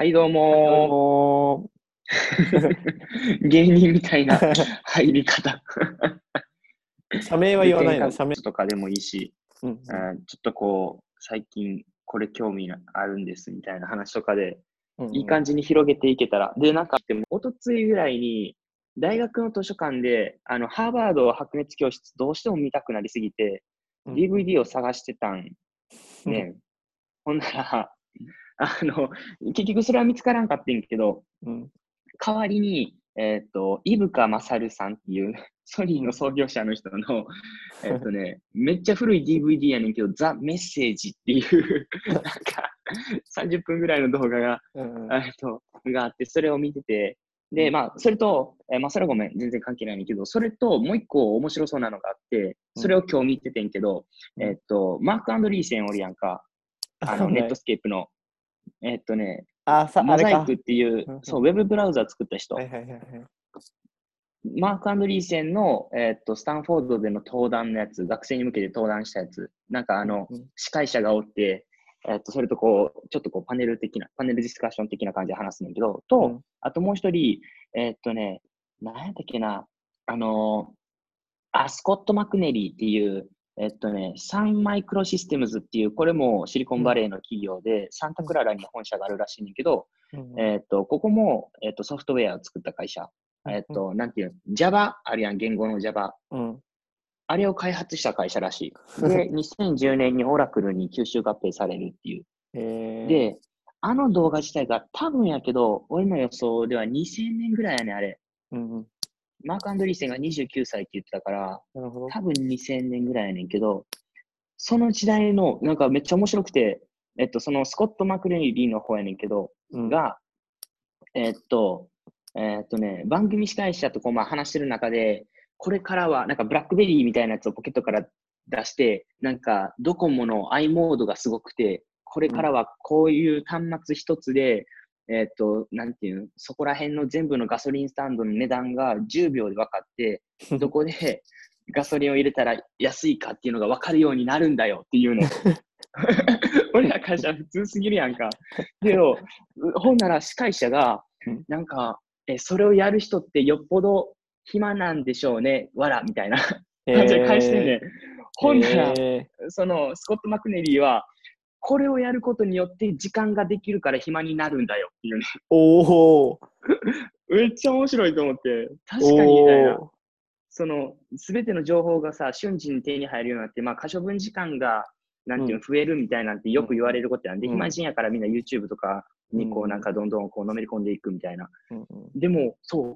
はいどうどうもも芸人みたいな入り方社名はで、 言わないの、 添加社名。 物とかでもいいし、 うんちょっとこう、最近これ興味あるんですみたいな話とかで、 うんうんいい感じに広げていけたら。で、なんか、おとついぐらいに、大学の図書館で、ハーバード白熱教室どうしても見たくなりすぎて、 うん DVD を探してたんね。ほんなら、結局それは見つからんかってんけど、 うん代わりに、伊深勝さんっていうソニーの創業者の人の、めっちゃ古い DVD やねんけど、ザ・メッセージっていうなんか、30分ぐらいの動画が、 うんがあって、それを見てて、で、 うんまあ、それと、それはごめん、全然関係ないねんけど、それともう一個面白そうなのがあって、それを今日見ててんけど、 うんマーク・アンドリーセンおるやんか、ネットわかんない。 スケープの、えっとね、 あモザイクっれか。 ていう、そう、ウェうんうんうんブブラウザ作った人。 はいはいはいはい。 マーク・アンドリーセンの、スタンフォードでの登壇のやつ、学生に向けて登壇したやつ、なんかうんうん司会者がおって、それとこう、ちょっとこう、パネルディスカッション的な感じで話すんだけど、と、 うんあともう一人、何やったっけな、あのスコット・マクネリーっていう、サンマイクロシステムズっていう、これもシリコンバレーの企業で、サンタクララに本社があるらしいんだけど、 うんここも、ソフトウェアを作った会社。 うんなんていうの、Java あるやん、言語の Java。 うんあれを開発した会社らしい。で、2010年にオラクルに吸収合併されるっていう。 えで、あの動画自体が多分やけど、俺の予想では2000年ぐらいやね、あれ。 うんうんマーク・アンドリーセンが29歳って言ってたから、 なるほど。 多分2000年ぐらいやねんけど、その時代の、なんかめっちゃ面白くて、そのスコット・マクレニリーの方やねんけど、 うんが、えっと、番組司会者とこう、まあ、話してる中で、これからは、なんかブラックベリーみたいなやつをポケットから出して、なんかドコモの i モードがすごくて、これうんからはこういう端末一つで、なんていうの、そこら辺の全部のガソリンスタンドの値段が10秒で分かって、どこでガソリンを入れたら安いかっていうのが分かるようになるんだよっていうの。俺ら会社普通すぎるやんか。けど、ほんなら司会者が、 うんなんか、それをやる人ってよっぽど暇なんでしょうね、わら、みたいな感じで返してんねん。ほんなら、 えその、スコット・マクネリーは、これをやることによって時間ができるから暇になるんだよっていうね。 おーめっちゃ面白いと思って、確かにみたいな。 おーその、すべての情報がさ、瞬時に手に入るようになって、まあ、可処分時間が、なんていうの、増えるみたいなんてよく言われることなんで、 うん暇人やからみんな YouTube とかにこう、なんうんかどんどんこう、のめり込んでいくみたいな。 うんでも、そう、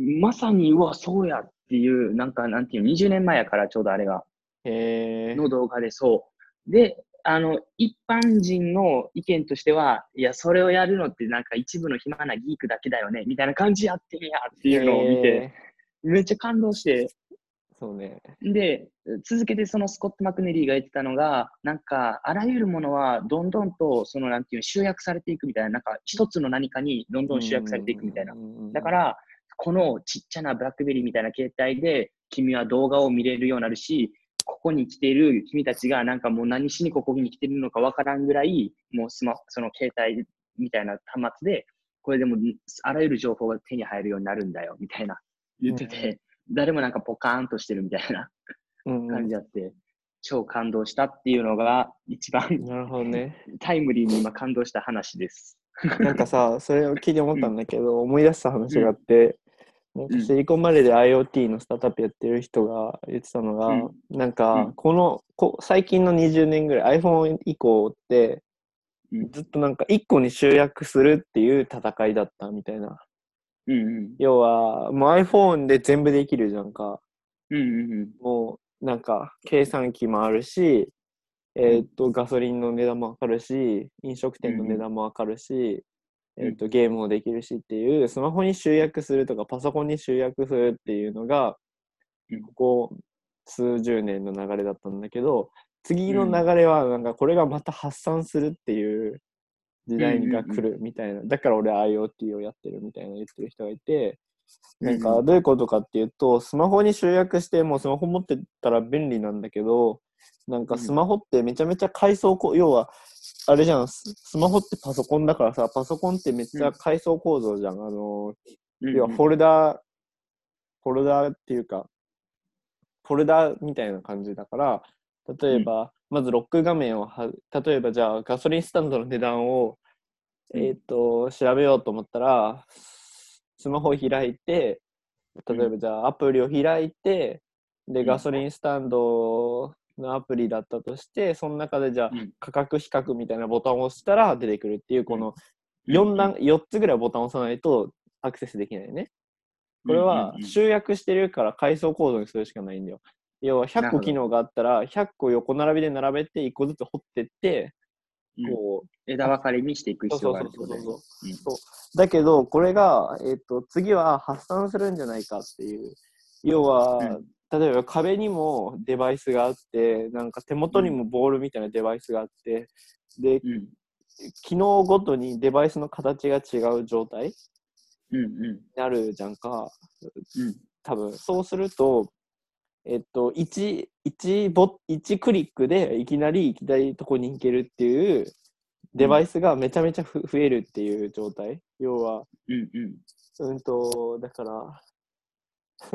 まさに、うわ、そうやっていう、なんか、なんていうの、20年前やからちょうどあれが、の動画で、そう。で、一般人の意見としては、いや、それをやるのってなんか一部の暇なギークだけだよね、みたいな感じやってんやっていうのを見て、 えめっちゃ感動して、 そうね。 で、続けてそのスコット・マクネリーが言ってたのが、なんか、あらゆるものはどんどんと、そのなんていう、集約されていくみたいな、なんか、一つの何かにどんどうん集約されていくみたいな。だかんら、このちっちゃなブラックベリーみたいな携帯で、君は動画を見れるようになるし、ここに来ている君たちがなんかもう何しにここに来てるのかわからんぐらい、もうその携帯みたいな端末で、これでもあらゆる情報が手に入るようになるんだよ、みたいな言ってて、誰もなんかポカーンとしてるみたいなうんうん感じあって、超感動したっていうのが一番なるほどね。 タイムリーに今感動した話です。 なんかさ、それを聞いて思ったんだけど、思い出した話があうん、 って、なんうん、 かシリコンバレーで IoT のスタートアップやってる人が言ってたのが、 うん、 なんかうん、 最近の20年ぐらい iPhone 以降ってうん、 ずっとなんか1個に集約するっていう戦いだったみたいな。 うん、 要はもう iPhone で全部できるじゃんか。 うん、うん、 もうなんか計算機もあるし、ガソリンの値段もわかるし、飲食店の値段もわかるし、ゲームもできるしっていう、スマホに集約するとかパソコンに集約するっていうのが、ここ数十年の流れだったんだけど、次の流れはなんかこれがまた発散するっていう時代が来るみたいな。だから俺は IoT をやってるみたいな言ってる人がいて、なんかどういうことかっていうと、スマホに集約してもうスマホ持ってたら便利なんだけど、なんかスマホってめちゃめちゃ階層要はあれじゃん、スマホってパソコンだからさ、パソコンってめっちゃうん。 階層構造じゃん。要はうんうん。 フォルダっていうか、フォルダみたいな感じだから、例うん。 えば、まずロック画面例えばじゃあガソリンスタンドの値段を、 うん。 調べようと思ったら、スマホを開いて、例えうん。 ばじゃあアプリを開いて、で、 うん。 ガソリンスタンドのアプリだったとして、その中でじゃあうん。 価格比較みたいなボタンを押したら出てくるっていう、 うん。 このうん。うん。 4つぐらいボタンを押さないとアクセスできないね。 うん。 これうん。 は集約してるから階層構造にするしかないんだよ。要は100 なるほど。 個機能があったら、100個横並びで並べて1個ずつ掘ってって、 うん。 こう、 枝分かれにしていく必要があそうそうそうるってことだよね。 そうそう。 うん。 そうだけど、これが、次は発散するんじゃないかっていう。要は、 うん。 例えば壁にもデバイスがあって、なんか手元にうん。 もボールみたいなデバイスがあって、で、 うん。 機能ごとにデバイスの形が違う状態にうん。うん。 なるじゃんか。 うん。 多分、そうすると、1クリックでいきなり行きたいとこに行けるっていううん。 デバイスがめちゃめちゃ増えるっていう状態。要は、 うん。うん。 だから、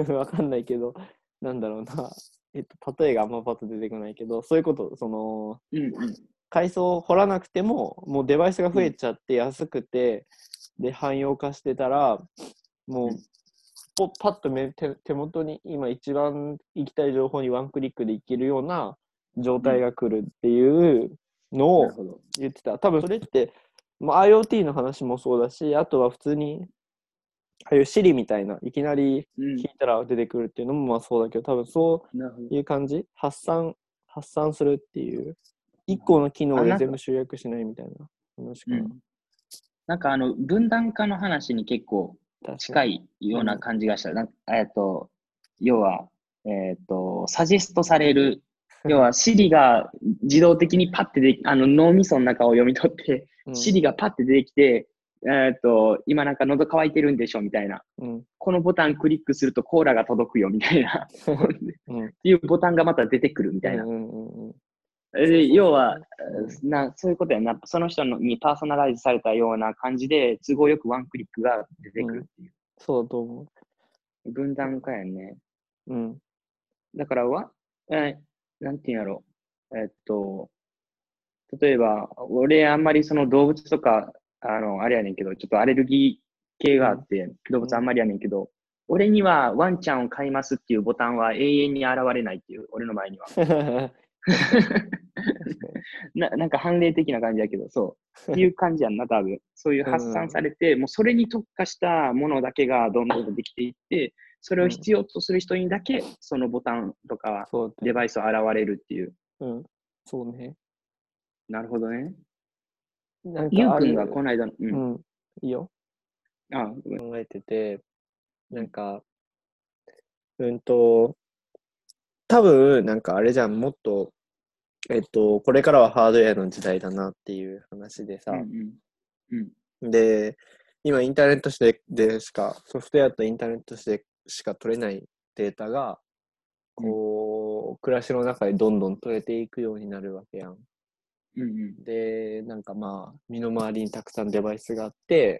わかんないけど、なんだろうな。例えがあんまパッと出てこないけど、そういうこと、 うん。うん。 階層を掘らなくても、もうデバイスが増えうん。 ちゃって安くて、で、汎用化してたら、もう、パッと手元に今一番行きたい情報にワンクリックで行けるような状うん。 態が来るっていうのをなるほど。 言ってた。多分それって、まあ、IoT の話もそうだし、あとは普通に、ああいう Siri みたいな、いきなりうん。 聞いたら出てくるっていうのもまあそうだけど、多分そなるほど。 ういう感じ発散するっていう、一なるほど。 個の機能あ、なんか、 で全部集約しないみたいな話かな。 うん。なんか分断化の話に結構確かに。 近いようなうん。 感じがした。要は、サジェストされる。要は、Siri が自動的にパッて脳みその中を読み取って、 うん。 Siri がパッて出てきて、今なんか喉乾いてるんでしょみたいな。 うん。 このボタンクリックするとコーラが届くよみたいな。 うん。 っていうボタンがまた出てくるみうん。 たいな。 うん。うん。そうで、要は、 そうそう。うん。 そういうことやな。その人にパーソナライズされたような感じで、都合よくワンクリックが出てうん。 くるっていう。 そうだと思分断化やんね。 う。うん。 だからなんていうんやろ。えっと、例えば、俺あんまりその動物とか、あれやねんけど、ちょっとアレルギー系うん。 があって、動うん。 物あんまりやねんけど、俺にはワンちゃんを飼いますっていうボタンは永遠に現れないっていう、俺の前には。 確かに。確かに。 なんか判例的な感じだけど、そう。っていう感じやんな、多分。そういうう発散さん。 れて、もうそれに特化したものだけがどんどんできていって、それをうん。 必要とする人にだけ、そのボタンとかそうだね。 デバイスを現れるっていう。 うん。そうね。 なるほどね。 なんゆうくんがかある、 この間、うん。 うん。いいよ。 あ、ごめん。 考えてて、 うん。 なんか、うんと、多分、なんかあれじゃん、もっと、これからはハードウェアの時代だなっていう話でうん。 さ、 うん。 で、今インターネットでしか、ソフトウェアとインターネットでしか取れないデータが、 うん。 こう、暮らしの中でどんどん取れていくようになるわけやん。 うん。うん。 で、なんかまあ、身の回りにたくさんデバイスがあって、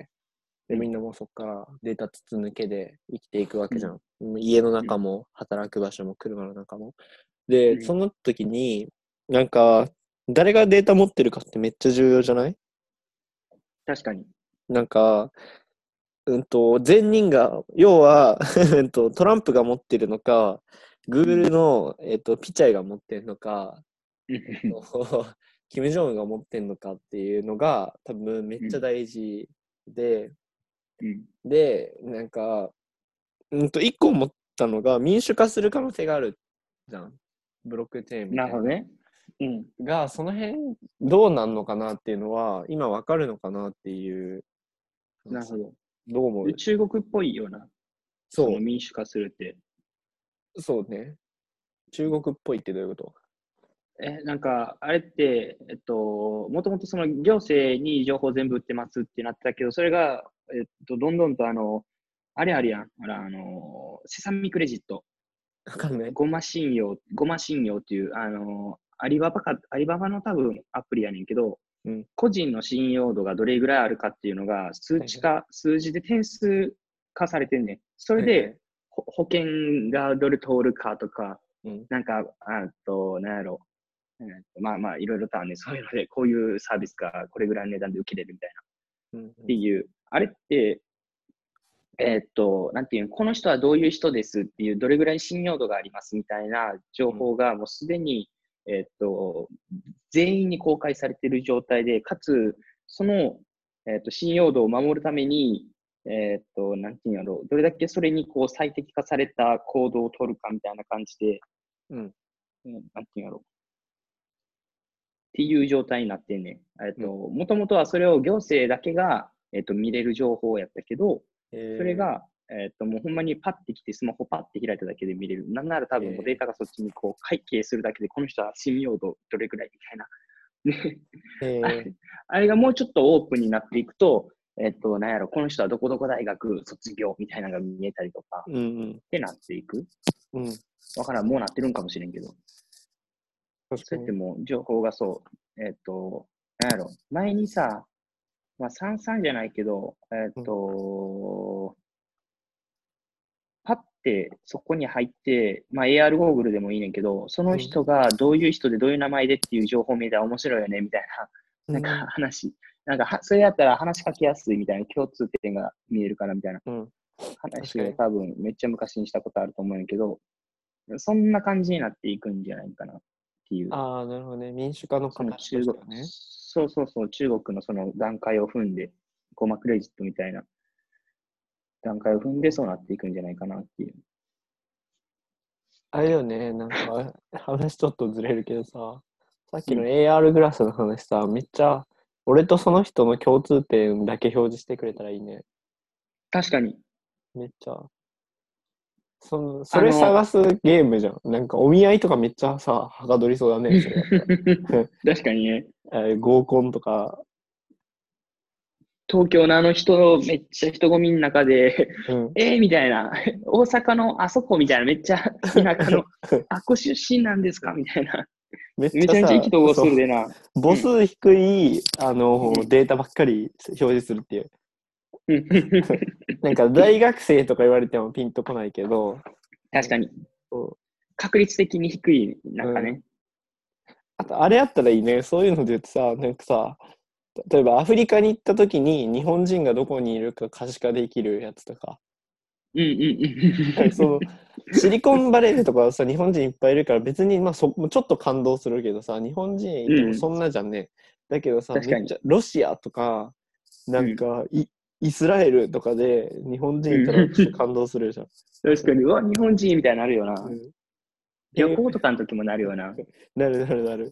で、 うん。 みんなもうそこからデータ筒抜けで生きていくわうん。 けじゃん。家のうん。 中も、働く場所も、車の中も。で、そうん。 の時に、なんか、誰がデータ持ってるかってめっちゃ重要じゃない？ 確かに。 なんか、善人が、要はトランプが持ってるのか、 うん。 Google の、ピチャイが持ってるのか、 うん。 えっと、キム・ジョンウンが持ってるのかっていうのが、多分めっうん。 ちゃ大事で、 うん。 なんか、一個思ったのが、民主化する可能性があるじゃん。ブロックチェーンみたいな。 なるほどね。うん。 その辺、どうなんのかなっていうのは、今わかるのかなっていう話。 なるほど。 どう思う？ 中国っぽいような、そのそ民主化するって。 そうね。中国っぽいってどういうこと？ なんか、あれって、もともとその行政に情報全部売ってますってなってたけど、それが、どんどんとあれあるやん。ほら、セサミクレジット、 わかんない。 ゴマ信用っていう、アリババの多分アプリやねんけど、 個人の信用度がどれぐらいあるかっていうのが数字で点数化されてんねん。それで、保険がどれ通るかとか、なんか、なんやろ。まあ、いろいろとあるね。そういうので、こういうサービスがこれぐらいの値段で受けれるみたいな。っていう、あれって、なんていうの、この人はどういう人ですっていう、どれぐらい信用度がありますみたいな情報がもうすでに、全員に公開されている状態で、かつ、その、信用度を守るために、なんていうんやろう、どれだけそれにこう最適化された行動を取るかみたいな感じで、なんていうんやろう。っていう状態になってんねん。もともとはそれを行政だけが、見れる情報やったけど、それが、もうほんまにパッて来て、スマホパッて開いただけで見れる。なんなら多分もうデータがそっちにこう会計するだけで、この人は信用度どれくらいみたいな。あれがもうちょっとオープンになっていくと、なんやろ、この人はどこどこ大学卒業みたいなのが見えたりとか、ってなっていく。わからん、もうなってるんかもしれんけど。そうやってもう情報がそう、なんやろ、前にさ、まあ、33じゃないけど、パッてそこに入って、まあ、AR ゴーグルでもいいねんけど、その人がどういう人でどういう名前でっていう情報を見たら面白いよね、みたいな、なんか話、なんかそれやったら話しかけやすいみたいな共通点が見えるからみたいな話を多分めっちゃ昔にしたことあると思うんやけど、そんな感じになっていくんじゃないかなっていう。 ああ、なるほどね。民主化の形としてはね。 そうそうそう、中国のその段階を踏んで、コマクレジットみたいな段階を踏んでそうなっていくんじゃないかなっていう。 あれよね、なんか話ちょっとずれるけどさ、さっきの AR グラスの話さ、めっちゃ俺とその人の共通点だけ表示してくれたらいいね。 確かに。 めっちゃ。それ探すゲームじゃん。なんかお見合いとかめっちゃさ、はかどりそうだね、それやったら。 確かにね。 合コンとか。 東京のあの人、めっちゃ人混みの中で、みたいな、大阪のあそこみたいな、めっちゃ田舎の、あっこ出身なんですかみたいな。めちゃめちゃ意気投合するでな。 母数低い、データばっかり表示するっていう。なんか大学生とか言われてもピンとこないけど。 確かに。確率的に低い、なんかね。 あと、あれあったらいいね。そういうので言ってさ、なんかさ、例えばアフリカに行った時に日本人がどこにいるか可視化できるやつとか。そのシリコンバレーとかはさ、日本人いっぱいいるから別にまあちょっと感動するけどさ、日本人いてもそんなじゃんね。だけどさ、めっちゃロシアとか、なんかイスラエルとかで日本人いたらちょっと感動するじゃん。 確かに、うわ、日本人みたいになるよな。旅行とかの時もなるよな。 なる。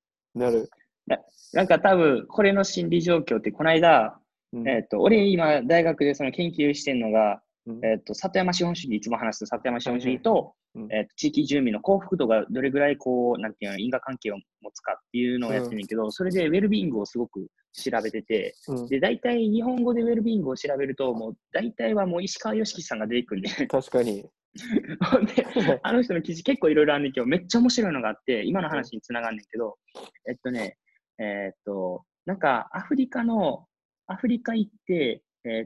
なんか多分、これの心理状況って、この間、俺今、大学でその研究してるのが、里山資本主義、いつも話す里山資本主義と、地域住民の幸福度がどれぐらいこう、なんていうの、因果関係を持つかっていうのをやってるんだけど、それでウェルビーイングをすごく調べてて、で、大体日本語でウェルビーイングを調べると、もう大体はもう石川良樹さんが出てくるんで。 確かに。 で、あの人の記事結構いろいろあるんだけど、めっちゃ面白いのがあって、今の話につながんねんけど、なんかアフリカ行って、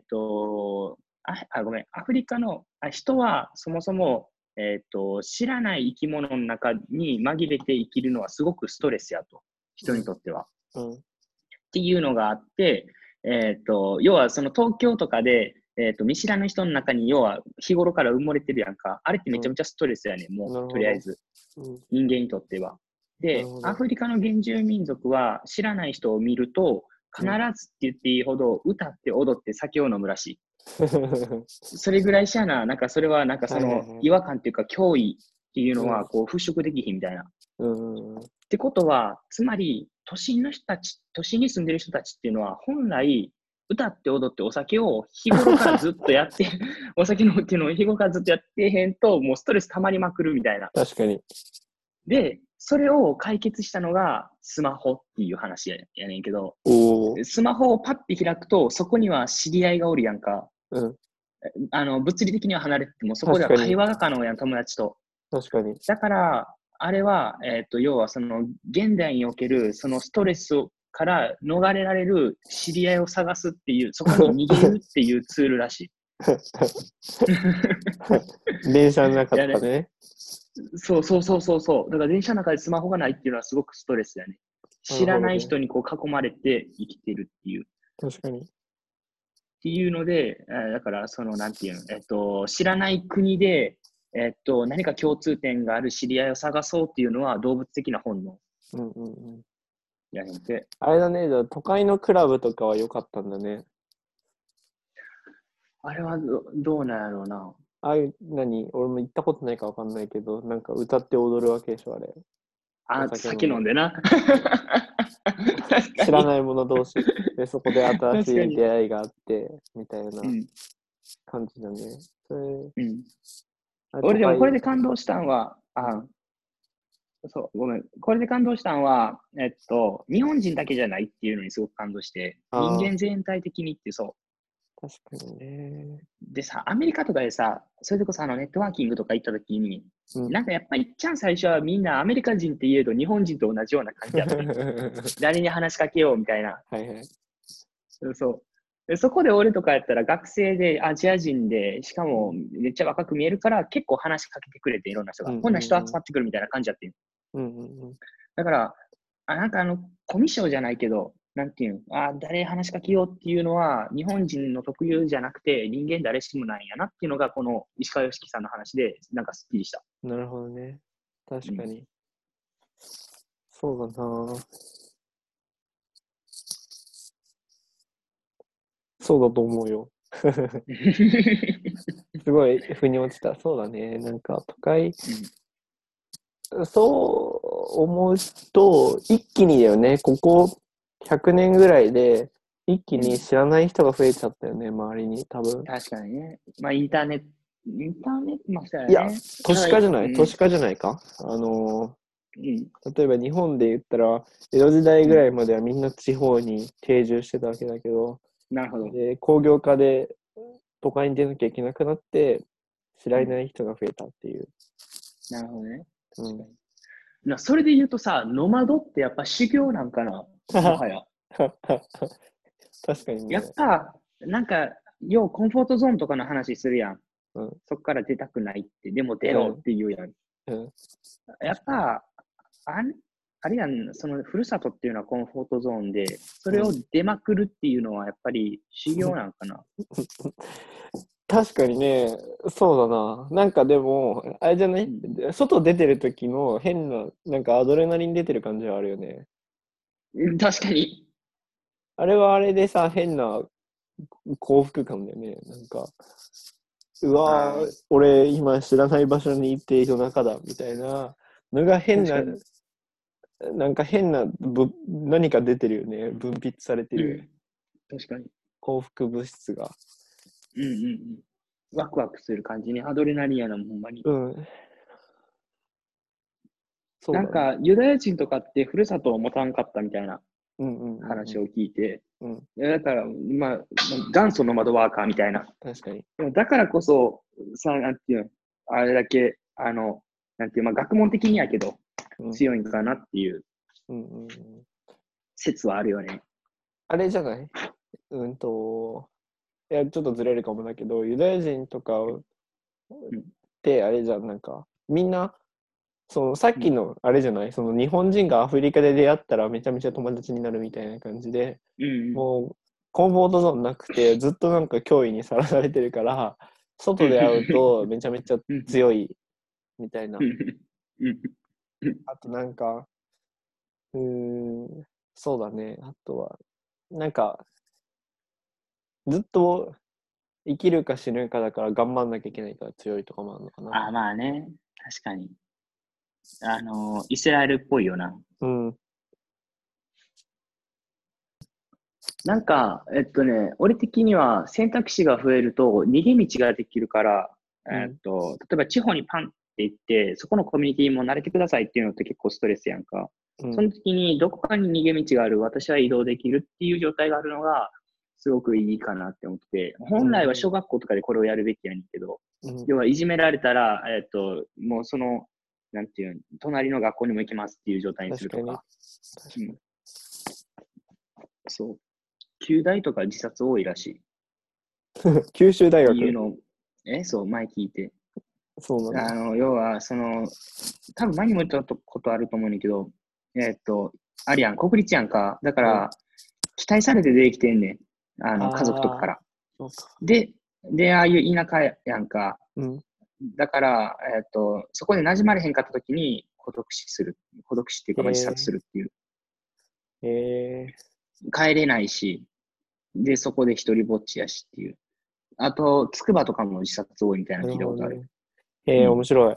ごめん、アフリカの人はそもそも、知らない生き物の中に紛れて生きるのはすごくストレスやと、人にとっては。っていうのがあって、要はその東京とかで、見知らぬ人の中に要は日頃から埋もれてるやんか。あれってめちゃめちゃストレスやねん、もう、とりあえず。人間にとっては。で、アフリカの原住民族は知らない人を見ると、必ずって言っていいほど歌って踊って酒を飲むらしい。それぐらいしやな、なんかそれはなんかその違和感っていうか脅威っていうのはこう払拭できひんみたいな。ってことは、つまり都心に住んでる人たちっていうのは本来歌って踊ってお酒を日頃からずっとやって、お酒飲むっていうのを日頃からずっとやってへんと、もうストレス溜まりまくるみたいな。 確かに。 で、それを解決したのがスマホっていう話やねんけど、スマホをパッて開くと、そこには知り合いがおるやんか。物理的には離れてても、そこでは会話が可能やん、友達と。 確かに。 だから、あれは、要はその現代におけるそのストレスから逃れられる知り合いを探すっていう、そこに逃げるっていうツールらしい。 電車の中いやね、 とかね。 そうそうそうそうそう。だから電車の中でスマホがないっていうのはすごくストレスだね。知らないなるほどね。 人にこう囲まれて生きてるっていう。 確かに。 っていうので、だからそのなんていうの、知らない国で、何か共通点がある知り合いを探そうっていうのは動物的な本能うんうんうん。 やねんて。 あれだね、じゃあ都会のクラブとかは良かったんだね。 あれはどうなんやろうな。 ああいう、俺も行ったことないかわかんないけど、なんか歌って踊るわけでしょ、あれ。おあ、 酒飲んで。 酒飲んでな。確かに。 知らない者同士。で、そこで新しい確かに。 出会いがあって、みたいなうん。 感じだね。それ、 うん。 あれ都俺でもこれ会、 で感動したんは、そう、ごめん。これで感動したんは、日本人だけじゃないっていうのにすごく感動して、人ああ、 間全体的にってそう。 確かにね。 でさ、アメリカとかでさ、それこそネットワーキングとか行った時に、 うん。 なんかやっぱりいっちゃん最初はみんなアメリカ人って言えど日本人と同じような感じやってん。誰に話しかけようみたいな。 はいはい。 そう。でそこで俺とかやったら学生でアジア人で、しかもめっちゃ若く見えるから結構話しかけてくれていろんな人が、 うんこんな人集うんうん。 まってくるみたいな感じやってん。 うんうんうん。 だから、なんかコミュ障じゃないけど、なんていうの、誰話しかけようっていうのは、日本人の特有じゃなくて、人間誰しもなんやなっていうのが、この石川良樹さんの話で、なんかすっきりした。 なるほどね。 うん。 確かに。そうだな。そうだと思うよ。すごい腑に落ちた。そうだね。なんか都会、 うん。 そう思うと、一気にだよね。ここ100年ぐらいで、一気にうん。 知らない人が増えちゃったよね、周りに、多分。 確かにね。まあ、インターネット、まあ、そうやいや、 ね。 都市化じゃなうん。 い都市化じゃないかうん。 例えば日本で言ったら、江戸時代うん。 ぐらいまではみんな地方に定住してたわけだけど、 なるほど。 で、工業化で都会に出なきゃいけなくなって、知らうん。 ない人が増えたっていう。 なるほどね。 うん。 確かに。それで言うとさ、ノマドってやっぱ修行なんかな、もはや。 確かにやっね。 ぱ、なんか、ようコンフォートゾーンとかの話するやん。 うん。 そっから出たくないって、でも出ろっうん。 て言うやん。 うん。 やっ確かに。 ぱ、あれやん、そのふるさとっていうのはコンフォートゾーンで、それをうん。 出まくるっていうのはやっぱり修行なんかな。 確かにね、そうだな。なんかでも、あれじゃないうん。 外出てる時の変な、なんかアドレナリン出てる感じはあるよね。 確かに。 あれはあれでさ、変な幸福感だよね。なんか、うわー、 ああ、 俺今知らない場所に行って夜中だ、みたいなのが変な、 確かに。 なんか変な何か出てるよね。分泌されてるうん。確かに。 幸福物質が。 うんうんうん。ワクワクする感じね。アドレナリンやな、ほんまに。 うん、そうだね。 なんか、ユダヤ人とかってふるさとを持たんかったみたいなうんうんうんうん。 話を聞いて、 うん、 だから、まあ、元祖の窓ワーカーみたいな。 確かに。 でもだからこそ、さ、なんていうの、あれだけ、なんていう、まあ、学問的にやけど、 うん、 強いんかなっていううんうんうん。 説はあるよね。 あれじゃないいや、ちょっとずれるかもだけど、ユダヤ人とかっうん。 てあれじゃん、なんか、みんな、そのさっうん。 きのあれじゃないその日本人がアフリカで出会ったらめちゃめちゃ友達になるみたいな感じで、 うん。 もうコンフォートゾーンなくてずっとなんか脅威にさらされてるから、 うん。 外で会うとめちゃめちゃうん。 強いみたいな。 うん。うん。うん。 あとなんか、うーん、そうだね。あとは、なんかずっと生きるか死ぬかだから頑張んなきゃいけないから強いとかもあるのかな。 まあね。確かに。イスラエルっぽいよな。 うん、 なんか、俺的には選択肢が増えると逃げ道ができるから、 うん、 例えば地方にパンって行って、そこのコミュニティも慣れてくださいっていうのって結構ストレスやんか。 うん、 その時にどこかに逃げ道がある、私は移動できるっていう状態があるのが、すごくいいかなって思ってて、 うん、 本来はうん、 小学校とかでこれをやるべきやねんけど、 うん、 要はいじめられたら、もうその、なんていうの、隣の学校にも行けますっていう状態にす確かに。 るとか、うん、 確かに。 そう。旧大とか自殺多いらしい。 九州大学。 っていうのを、そう、前聞いて。 そうなんだ。 要は、多分前にも言ったことあると思うんだけど、あるやん、国立やんか。だかうんら、期待されて出てきてんねん。家族とかかあら。 そうか。 で、ああいう田舎やんか。 うん。 だから、そこで馴染まれへんかった時に孤独死する。孤独死っていうか、まあ、自殺するっていう。 え帰れないし、で、そこで一人ぼっちやしっていう。あと、筑波とかも自殺多いみたいなのなる聞いたことある。 ほどね。面白い。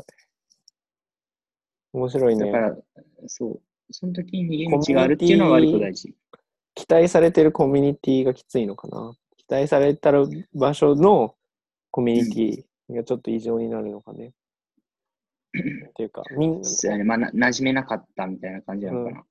面白いね。 だから、そう。その時に逃げ道があコミュニテるっていうのは割とィ、 大事。 期待されてるコミュニティがきついのかな。期待されたる場所のコミュニティがちょっと異常になるのかね。っていうか、 そうやね。まあ、馴染めなかったみたいな感じなのかな。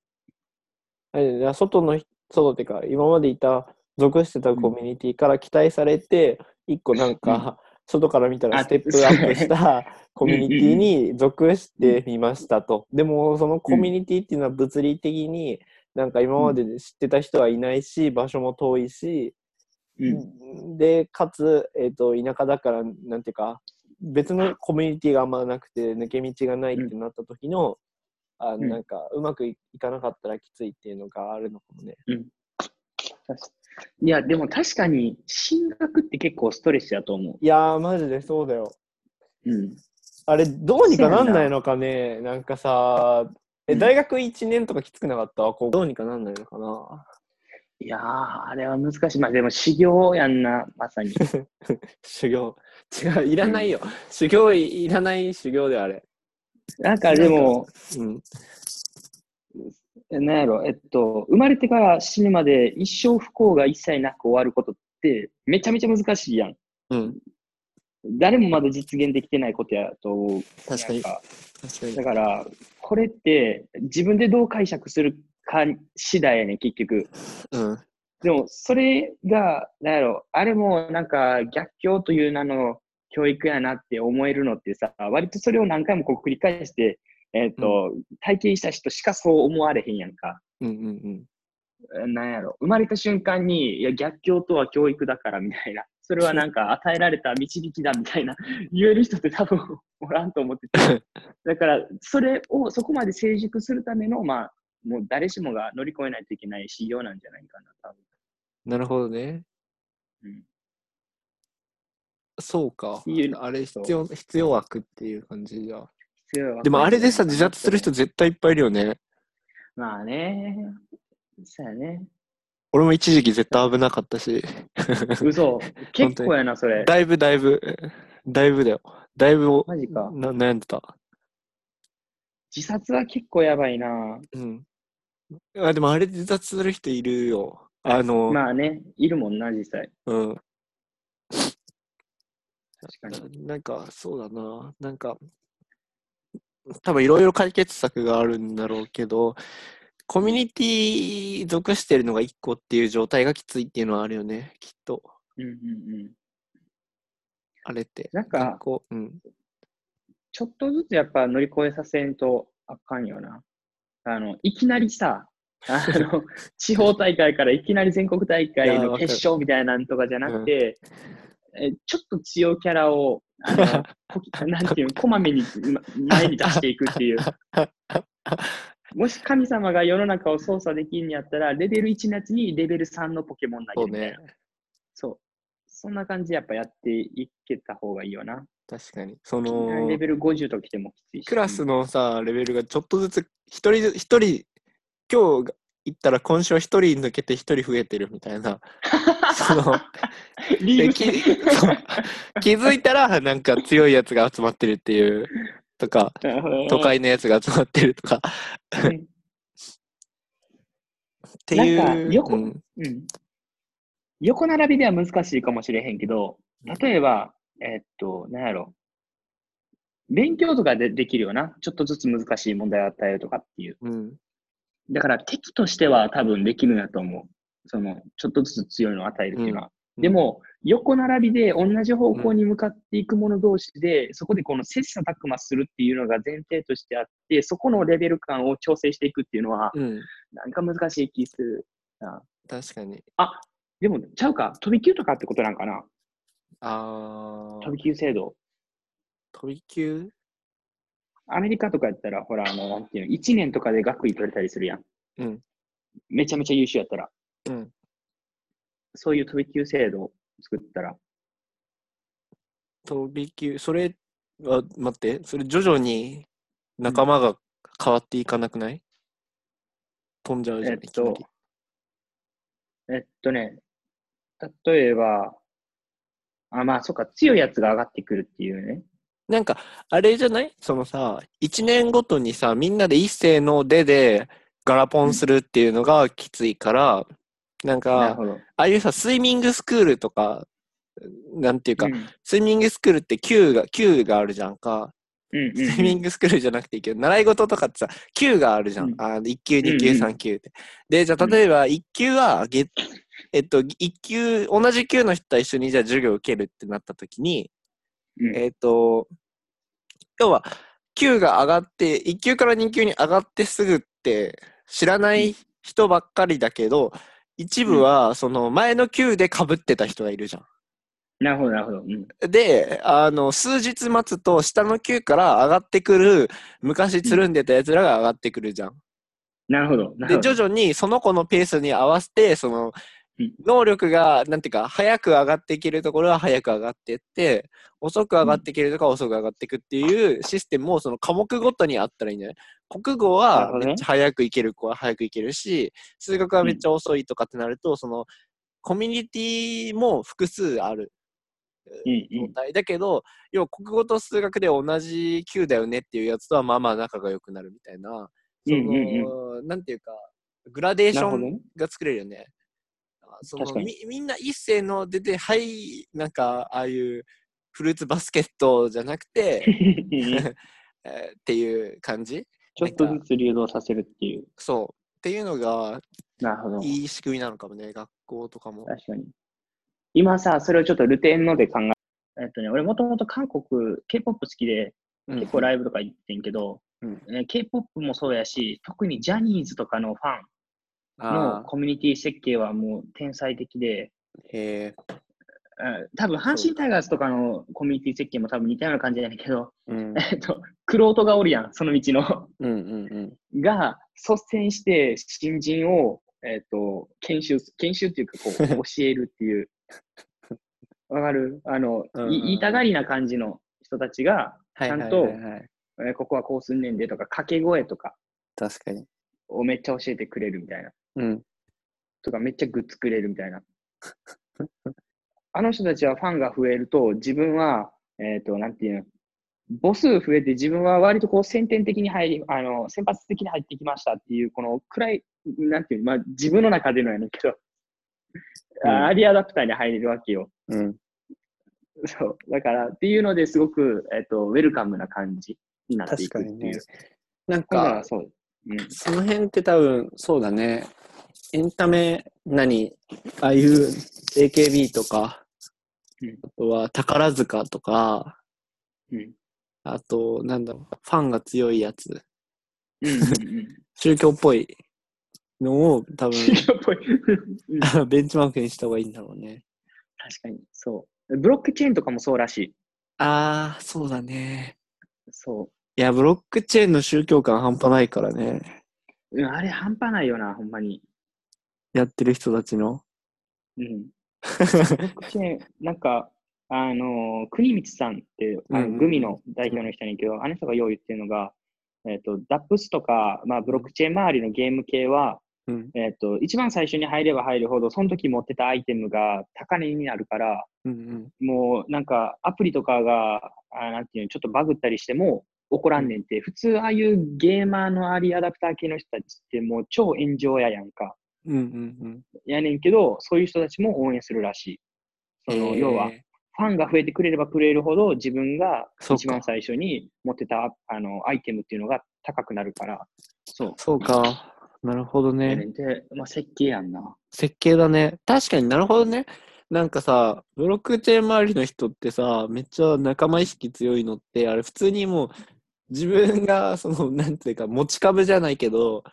外っていうか、今まで属してたコミュニティから期待されて、一個なんか、外から見たらステップアップしたコミュニティに属してみましたと。でも、そのコミュニティっていうのは物理的になんか今まで知ってた人はいないし、場所も遠いし、で、かつ、田舎だから、なんていうか、別のコミュニティがあんまなくて、抜け道がないってなった時の、なんか、うまくいかなかったらきついっていうのがあるのかもね。 いや、でも確かに、進学って結構ストレスやと思う。 いやー、マジでそうだよ。あれ、どうにかなんないのかね。なんかさ、大学1年とかきつくなかったどうにかなんないのかな。 いやー、あれは難しい。まあでも修行やんな、まさに。 修行。違う、いらないよ。修行いらない修行であれ。 なんかでも、なんやろ、生まれてから死ぬまで一生不幸が一切なく終わることってめちゃめちゃ難しいやん。誰もまだ実現できてないことやと思う。 確かに。 だから、これって自分でどう解釈するか次第やねん、結局。でも、それが、なんやろ、あれもなんか逆境という名の教育やなって思えるのってさ、割とそれを何回も繰り返して、体験した人しかそう思われへんやんか。なんやろ、生まれた瞬間に、いや、逆境とは教育だからみたいな。それはなんか与えられた導きだみたいな言える人って多分おらんと思ってて。だから、そこまで成熟するための、まあ、もう誰しもが乗り越えないといけない修行なんじゃないかな、多分。 なるほどね。そうか。あれ必要枠っていう感じじゃ。でもあれでさ、自殺する人絶対いっぱいいるよね。 まあね。そうやね。 俺も一時期絶対危なかったし。 嘘。結構やな、それ。 だいぶだよ。だいぶマジか。 悩んでた。 自殺は結構やばいな。 でもあれで自殺する人いるよ。 まあね、いるもんな、実際。 確かに。なんか、そうだな。なんか、多分いろいろ解決策があるんだろうけど、コミュニティ属してるのが1個っていう状態がきついっていうのはあるよね、きっと。あれって。 なんか、ちょっとずつやっぱ乗り越えさせんとあかんよな。いきなりさ、地方大会からいきなり全国大会の決勝みたいなんとかじゃなくて、ちょっと強キャラを、なんていうの、こまめに前に出していくっていう。もし神様が世の中を操作できるんやったら、レベル1のやつにレベル3のポケモン投げるみたいな。そう。そんな感じでやっぱやっていけた方がいいよな。 確かに。 レベル50ときてもきついし。 クラスのさ、レベルがちょっとずつ、一人、今日行ったら今週は一人抜けて一人増えてるみたいな。気づいたらなんか強いやつが集まってるっていうとか、都会のやつが集まってるとか。っていう。 なんか横並びでは難しいかもしれへんけど、例えば、なんやろ。勉強とかできるよな。ちょっとずつ難しい問題を与えるとかっていう。だから敵としては多分できるんだと思う。ちょっとずつ強いのを与えるっていうのは。でも、横並びで同じ方向に向かっていく者同士で、そこでこの切磋琢磨するっていうのが前提としてあって、そこのレベル感を調整していくっていうのは、なんか難しい気するな。 確かに。 あ、でも、ちゃうか。飛び級とかってことなんかな。飛び飛級制度。 び級。 アメリカとかやったら、ほら、なんていうの、1年とかで学位取れたりするやん。 うん。 めちゃめちゃ優秀やったら。 うん。 そういう飛び級制度を作ったら。 飛び級、それは、待って、それ徐々にうん。 仲間が変わっていかなくない？飛んじゃうじゃん、 えっいきなり。 と、えっとね、例えば、まあ、そっか、強いやつが上がってくるっていうね。 なんか、あれじゃない？そのさ、1年ごとにさ、みんなで一斉の出でガラポうん。 ンするっていうのがきついから、なんか、 なるほど。 ああいうさ、スイミングスクールとか、なんていうか、 うん。 スイミングスクールって級があるじゃんか。 うん、 スイミうん、 ングスクールじゃなくていいけど、習い事とかってさ、級があるじゃん。 うん。 1級、 うん、 2級、 うん、 3級って。で、じゃあ、 うん。 例えば、1級は1級、同じ級の人と一緒にじゃあ授業を受けるってなった時に、 うん。 えっと、要は、級が上がって、1級から2級に上がってすぐって知らなうん。 い人ばっかりだけど、一うん。 部はその前の級で被ってた人がいるじゃん。 なるほど、なるほど。うん。 で、数日待つと下の級から上がってくる、昔うん。 つるんでた奴らが上がってくるじゃん。 なるほど、なるで、 ほど。 徐々にその子のペースに合わせて、その、 うん。 能力が、なんていうか、早く上がっていけるところは早く上がっていって、遅く上うん。 がっていけるところは遅く上がっていくっていうシステムも、その科目ごとにあったらいいんじゃない？国語はめっちゃなるほどね。 早くいける子は早くいけるし、数学はうん。 めっちゃ遅いとかってなると、その、コミュニティも複数あるうん。うん。 状態だけど、要は国語と数学で同じ級だよねっていうやつとはまあまあ仲が良くなるみたいな、 うん。 そうん。うん。 の、なんていうか、グラデーションなるほどね。 が作れるよね。その確かに。 みんな一斉の出て、はい、なんか、ああいうフルーツバスケットじゃなくて、っていう感じ。 ちょっとずなんか、 つ流動させるっていう。 そう。っていうのがなるほど。 いい仕組みなのかもね、学校とかも。 確かに。今さ、それをちょっとルテンので考俺もともと韓国、K-POP 好きで、 うん結構ライブとか行ってんけど、 うん。 K-POP もそうやし、特にジャニーズとかのファンのああ、 コミュニティ設計はもう天才的で、 へえ、 多分阪神タイそうか。 ガースとかのコミュニティ設計も多分似たような感じやねんけど、 うん。 クロートがおるやん、その道のうんうんうん。 が、率先して新人を、研修っていうか、こう、教えるっていう、わかるうん言いたうんうん。 がりな感じの人たちが、 はいはいはいちゃんと、 はい。 ここはこうすんねんでとか、掛け声とか確かに。 をめっちゃ教えてくれるみたいな。 うん。 とか、めっちゃグッズくれるみたいな。あの人たちはファンが増えると、自分は、なんていうの、母数増えて自分は割とこう先天的に入り、先発的に入ってきましたっていう、この暗い、なんていうの、まあ自分の中でのやねんけど、 うん。 アーリーアダプターに入れるわけよ。 うん。 そう。だからっていうのですごく、ウェルカムな感じになってい確かにね。 くっていう。 なんか、 ほんならそう。うん。 その辺って多分、そうだね。エンタメ、ああいう AKB とか、 うん。 あとは宝塚とか、 うん。 あと、なんだろう、ファンが強いやつ、 うん。うん。うん。 宗教っぽいのを多修分、 行っぽい。うん。 ベンチマークにした方がいいんだろうね。 確かに。そう。ブロックチェーンとかもそうらしい。 ああ、そうだね。 そいや、ブロックチェーンの宗教感半端ないからね。 う。うん、あれ半端ないよな、ほんまに。 やってる人たちの。 うん。ブロックチェーン、なんか、国光さんって、 うんグミうんの代うん。 表の人にけど、あの人がよう言ってるのが、ダップスとか、まあ、ブうんロックチェーン周りのゲーム系は、 うん。 一番最初に入れば入るほど、その時持ってたアイテムが高値になるから、 うんうんもうなんかアプリとかが、なんていうの、ちょっとバグったりしても怒らうん。 んねんって、普通ああいうゲーマーのアーリーアダプター系の人たちってもう超炎上ややんか。 うんうんうん。 やねんけど、そういう人たちも応援するらしい。 へ要は、 え、 ファンが増えてくれればくれるほど、自分が一番そうか。 最初に持ってた、アイテムっていうのが高くなるから、そそうか。なるほどう。やね。 ねんて、まあ、設計やんな。 設計だね。確かになるほどね。なんかさ、ブロックチェーン周りの人ってさ、めっちゃ仲間意識強いのって、あれ普通にもう自分が、その、なんていうか、持ち株じゃないけど、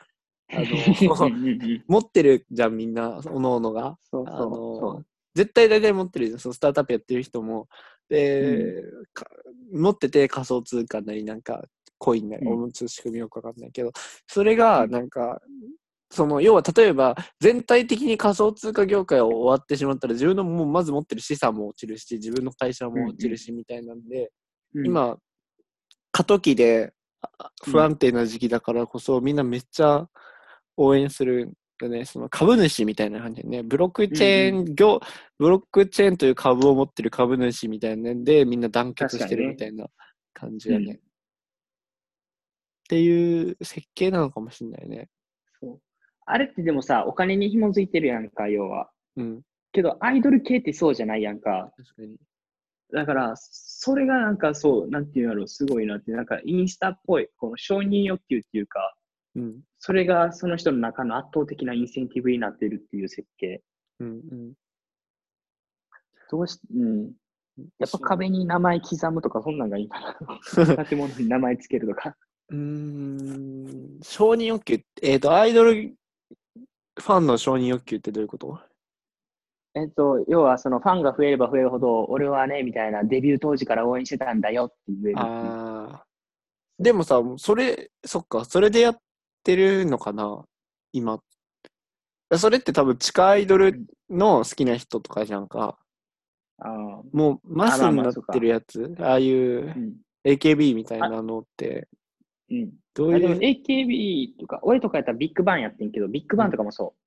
持ってるじゃん、みんな、おのおのが。 そうそ絶対大体持ってるじゃん、そのスタートアップやってる人も。で、持ってて仮想通貨なりなんかコインなり、おむつ仕組みよくわかんないけど、それがなんか、要は例えば全体的に仮想通貨業界を終わってしまったら自分のもうまず持ってる資産も落ちるし、自分の会社も落ちるしみたいなんで、今、過渡期で不安定な時期だからこそ、みんなめっちゃ応援するよね。その株主みたいな感じでね、ブロックチェーンという株を持ってる株主みたいなんで、みんな団結してるみたいな感じだね。っていう設計なのかもしれないね。 そう。あれってでもさ、お金に紐づいてるやんか、要は。けど、アイドル系ってそうじゃないやんか。 確かに。 だから、それがなんかそう、なんていうんだろう、すごいなって、なんかインスタっぽい、この承認欲求っていうか、それがその人の中の圧倒的なインセンティブになってるっていう設計。どうし、やっぱ壁に名前刻むとか、そんなんがいいかな。建物に名前つけるとか。 承認欲求、アイドルファンの承認欲求ってどういうこと？ 要はそのファンが増えれば増えるほど、俺はね、みたいな、デビュー当時から応援してたんだよって言えるっていう。 でもさ、それでやってるのかな今。それって多分地下アイドルの好きな人とかじゃんか。もうマスになってるやつ、ああいう AKB みたいなのって、 どういう。AKB とか、俺とかやったらビッグバンやってんけど、ビッグバンとかもそう。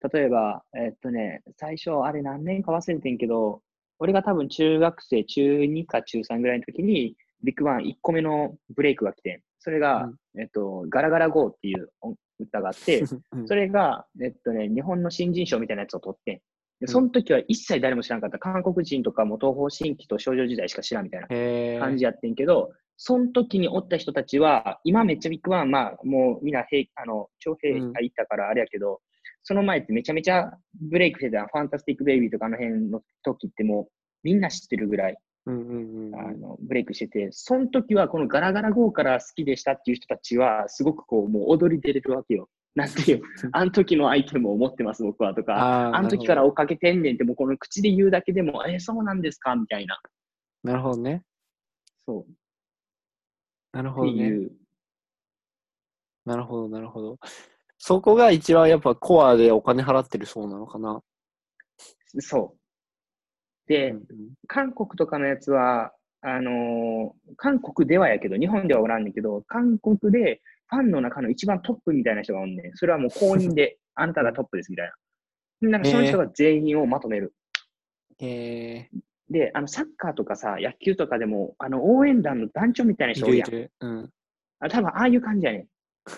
例えば、最初、あれ何年か忘れてんけど、俺が多分中学生、中2か中3ぐらいの時に、ビッグバン1個目のブレイクが来てん。それが、ガラガラ GO っていう歌があって、それが、日本の新人賞みたいなやつを取ってん。でその時は一切誰も知らんかった。韓国人とかも東方神起と少女時代しか知らんみたいな感じやってんけど、その時におった人たちは、今めっちゃビッグバン、まあ、もうみんな徴兵入ったからあれやけど、その前ってめちゃめちゃブレイクしてたファンタスティックベイビーとかあの辺の時ってもうみんな知ってるぐらい、ブレイクしてて、その時はこのガラガラ GO から好きでしたっていう人たちは、すごくこう、もう踊り出れるわけよ。なんていう、あの時のアイテムを持ってます、僕はとか、あの時から追っかけてんねんって、もうこの口で言うだけでも、そうなんですかみたいな。 なるほどね。 そう。 なるほどね。 っていう。 なるほど、なるほど。そこが一番やっぱコアでお金払ってるそうなのかな。 そう。で、韓国とかのやつは、韓国ではやけど、日本ではおらんねんけど、韓国でファンの中の一番トップみたいな人がおんねん。それはもう公認で、あなたがトップですみたいな。なんかその人が全員をまとめる。で、サッカーとかさ、野球とかでも、応援団の団長みたいな人おるやん。多分ああいう感じやねん。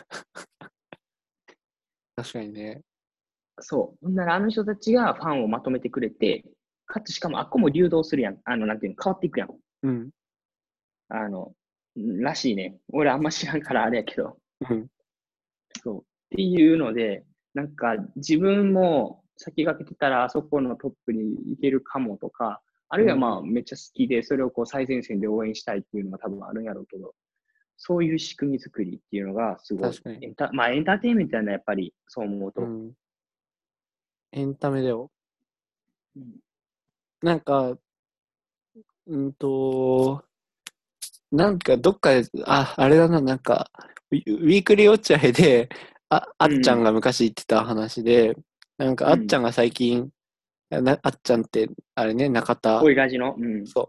確かにね。 そう。ほんならあの人たちがファンをまとめてくれて、かつしかもあっこも流動するやん。なんていうの、変わっていくやん。らしいね。俺あんま知らんからあれやけど。そう。っていうので、なんか自分も先駆けてたらあそこのトップに行けるかもとか、あるいはまあめっちゃ好きで、それをこう最前線で応援したいっていうのが多分あるんやろうけど、そういう仕組み作りっていうのがすごい。エンターテインメントなやっぱりそう思うと。 エンタメだよ。なんか、なんかどっかで、あれだな、なんか、ウィークリーウォッチャーで、あっちゃんが昔言ってた話で、なんかあっちゃんが最近、あっちゃんって、あれね、中田。 おいラジの。 そう。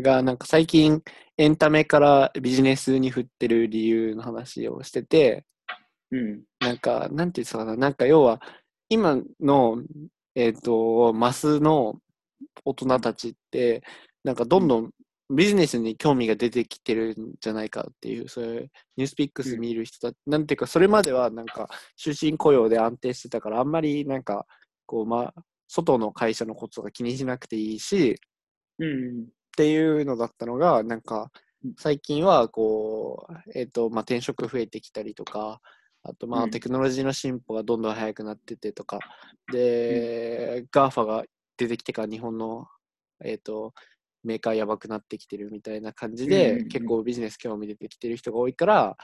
が、なんか最近、エンタメからビジネスに振ってる理由の話をしてて、なんか、なんて言ってたかな、なんか要は、今の、マスの大人たちって、なんかどんどんビジネスに興味が出てきてるんじゃないかっていう、そういうニュースピックス見る人たち、なんていうか、それまではなんか終身雇用で安定してたから、あんまりなんか、こう、外の会社のこととか気にしなくていいし、っていうのだったのが、なんか、最近は、こう、転職増えてきたりとか、あと、テクノロジーの進歩がどんどん速くなっててとか、で、GAFA が出てきてから日本の、メーカーやばくなってきてるみたいな感じで、結構ビジネス興味出てきてる人が多いから、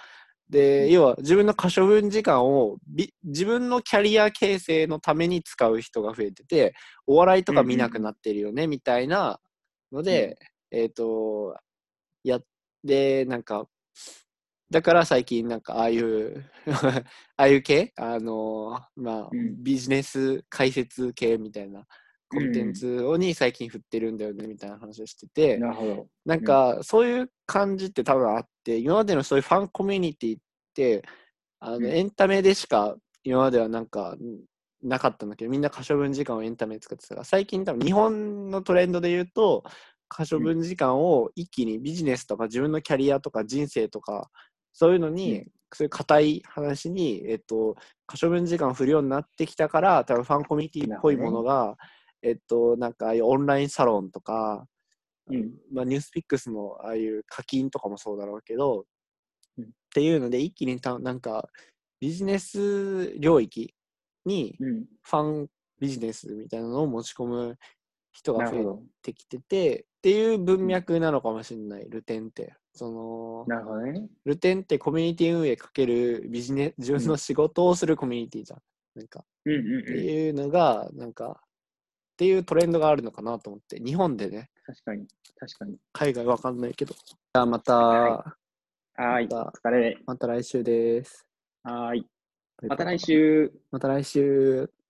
で、要は自分の可処分時間を自分のキャリア形成のために使う人が増えてて、お笑いとか見なくなってるよね、みたいなので、やってなんかだから最近なんかああいうああいう系ビジネス解説系みたいなコンテンツに最近振ってるんだよねみたいな話をしてて、 なるほど。 なんかそういう感じって多分あって、今までのそういうファンコミュニティってエンタメでしか今まではなんかなかったんだけど、みんな可処分時間をエンタメに使ってたから、最近多分日本のトレンドで言うと、可処分時間を一気にビジネスとか自分のキャリアとか人生とか、そういうのに、そういう硬い話に、可処分時間を振るようになってきたから、多分ファンコミュニティっぽいものが、なんかああいうオンラインサロンとか、ニュースピックスのああいう課金とかもそうだろうけど、っていうので一気になんかビジネス領域にファンビジネスみたいなのを持ち込む人が増えてきててっていう文脈なのかもしれない、ルテンって。 なるほどね。 ルテンってコミュニティ運営かけるビジネス、自分の仕事をするコミュニティじゃん。なんか、っていうのが、なんか、っていうトレンドがあるのかなと思って、日本でね。 確かに、確かに。 海外わかんないけど。じゃあまた、 はい、お疲れ。 また来週です。 はい。また来週。 また来週。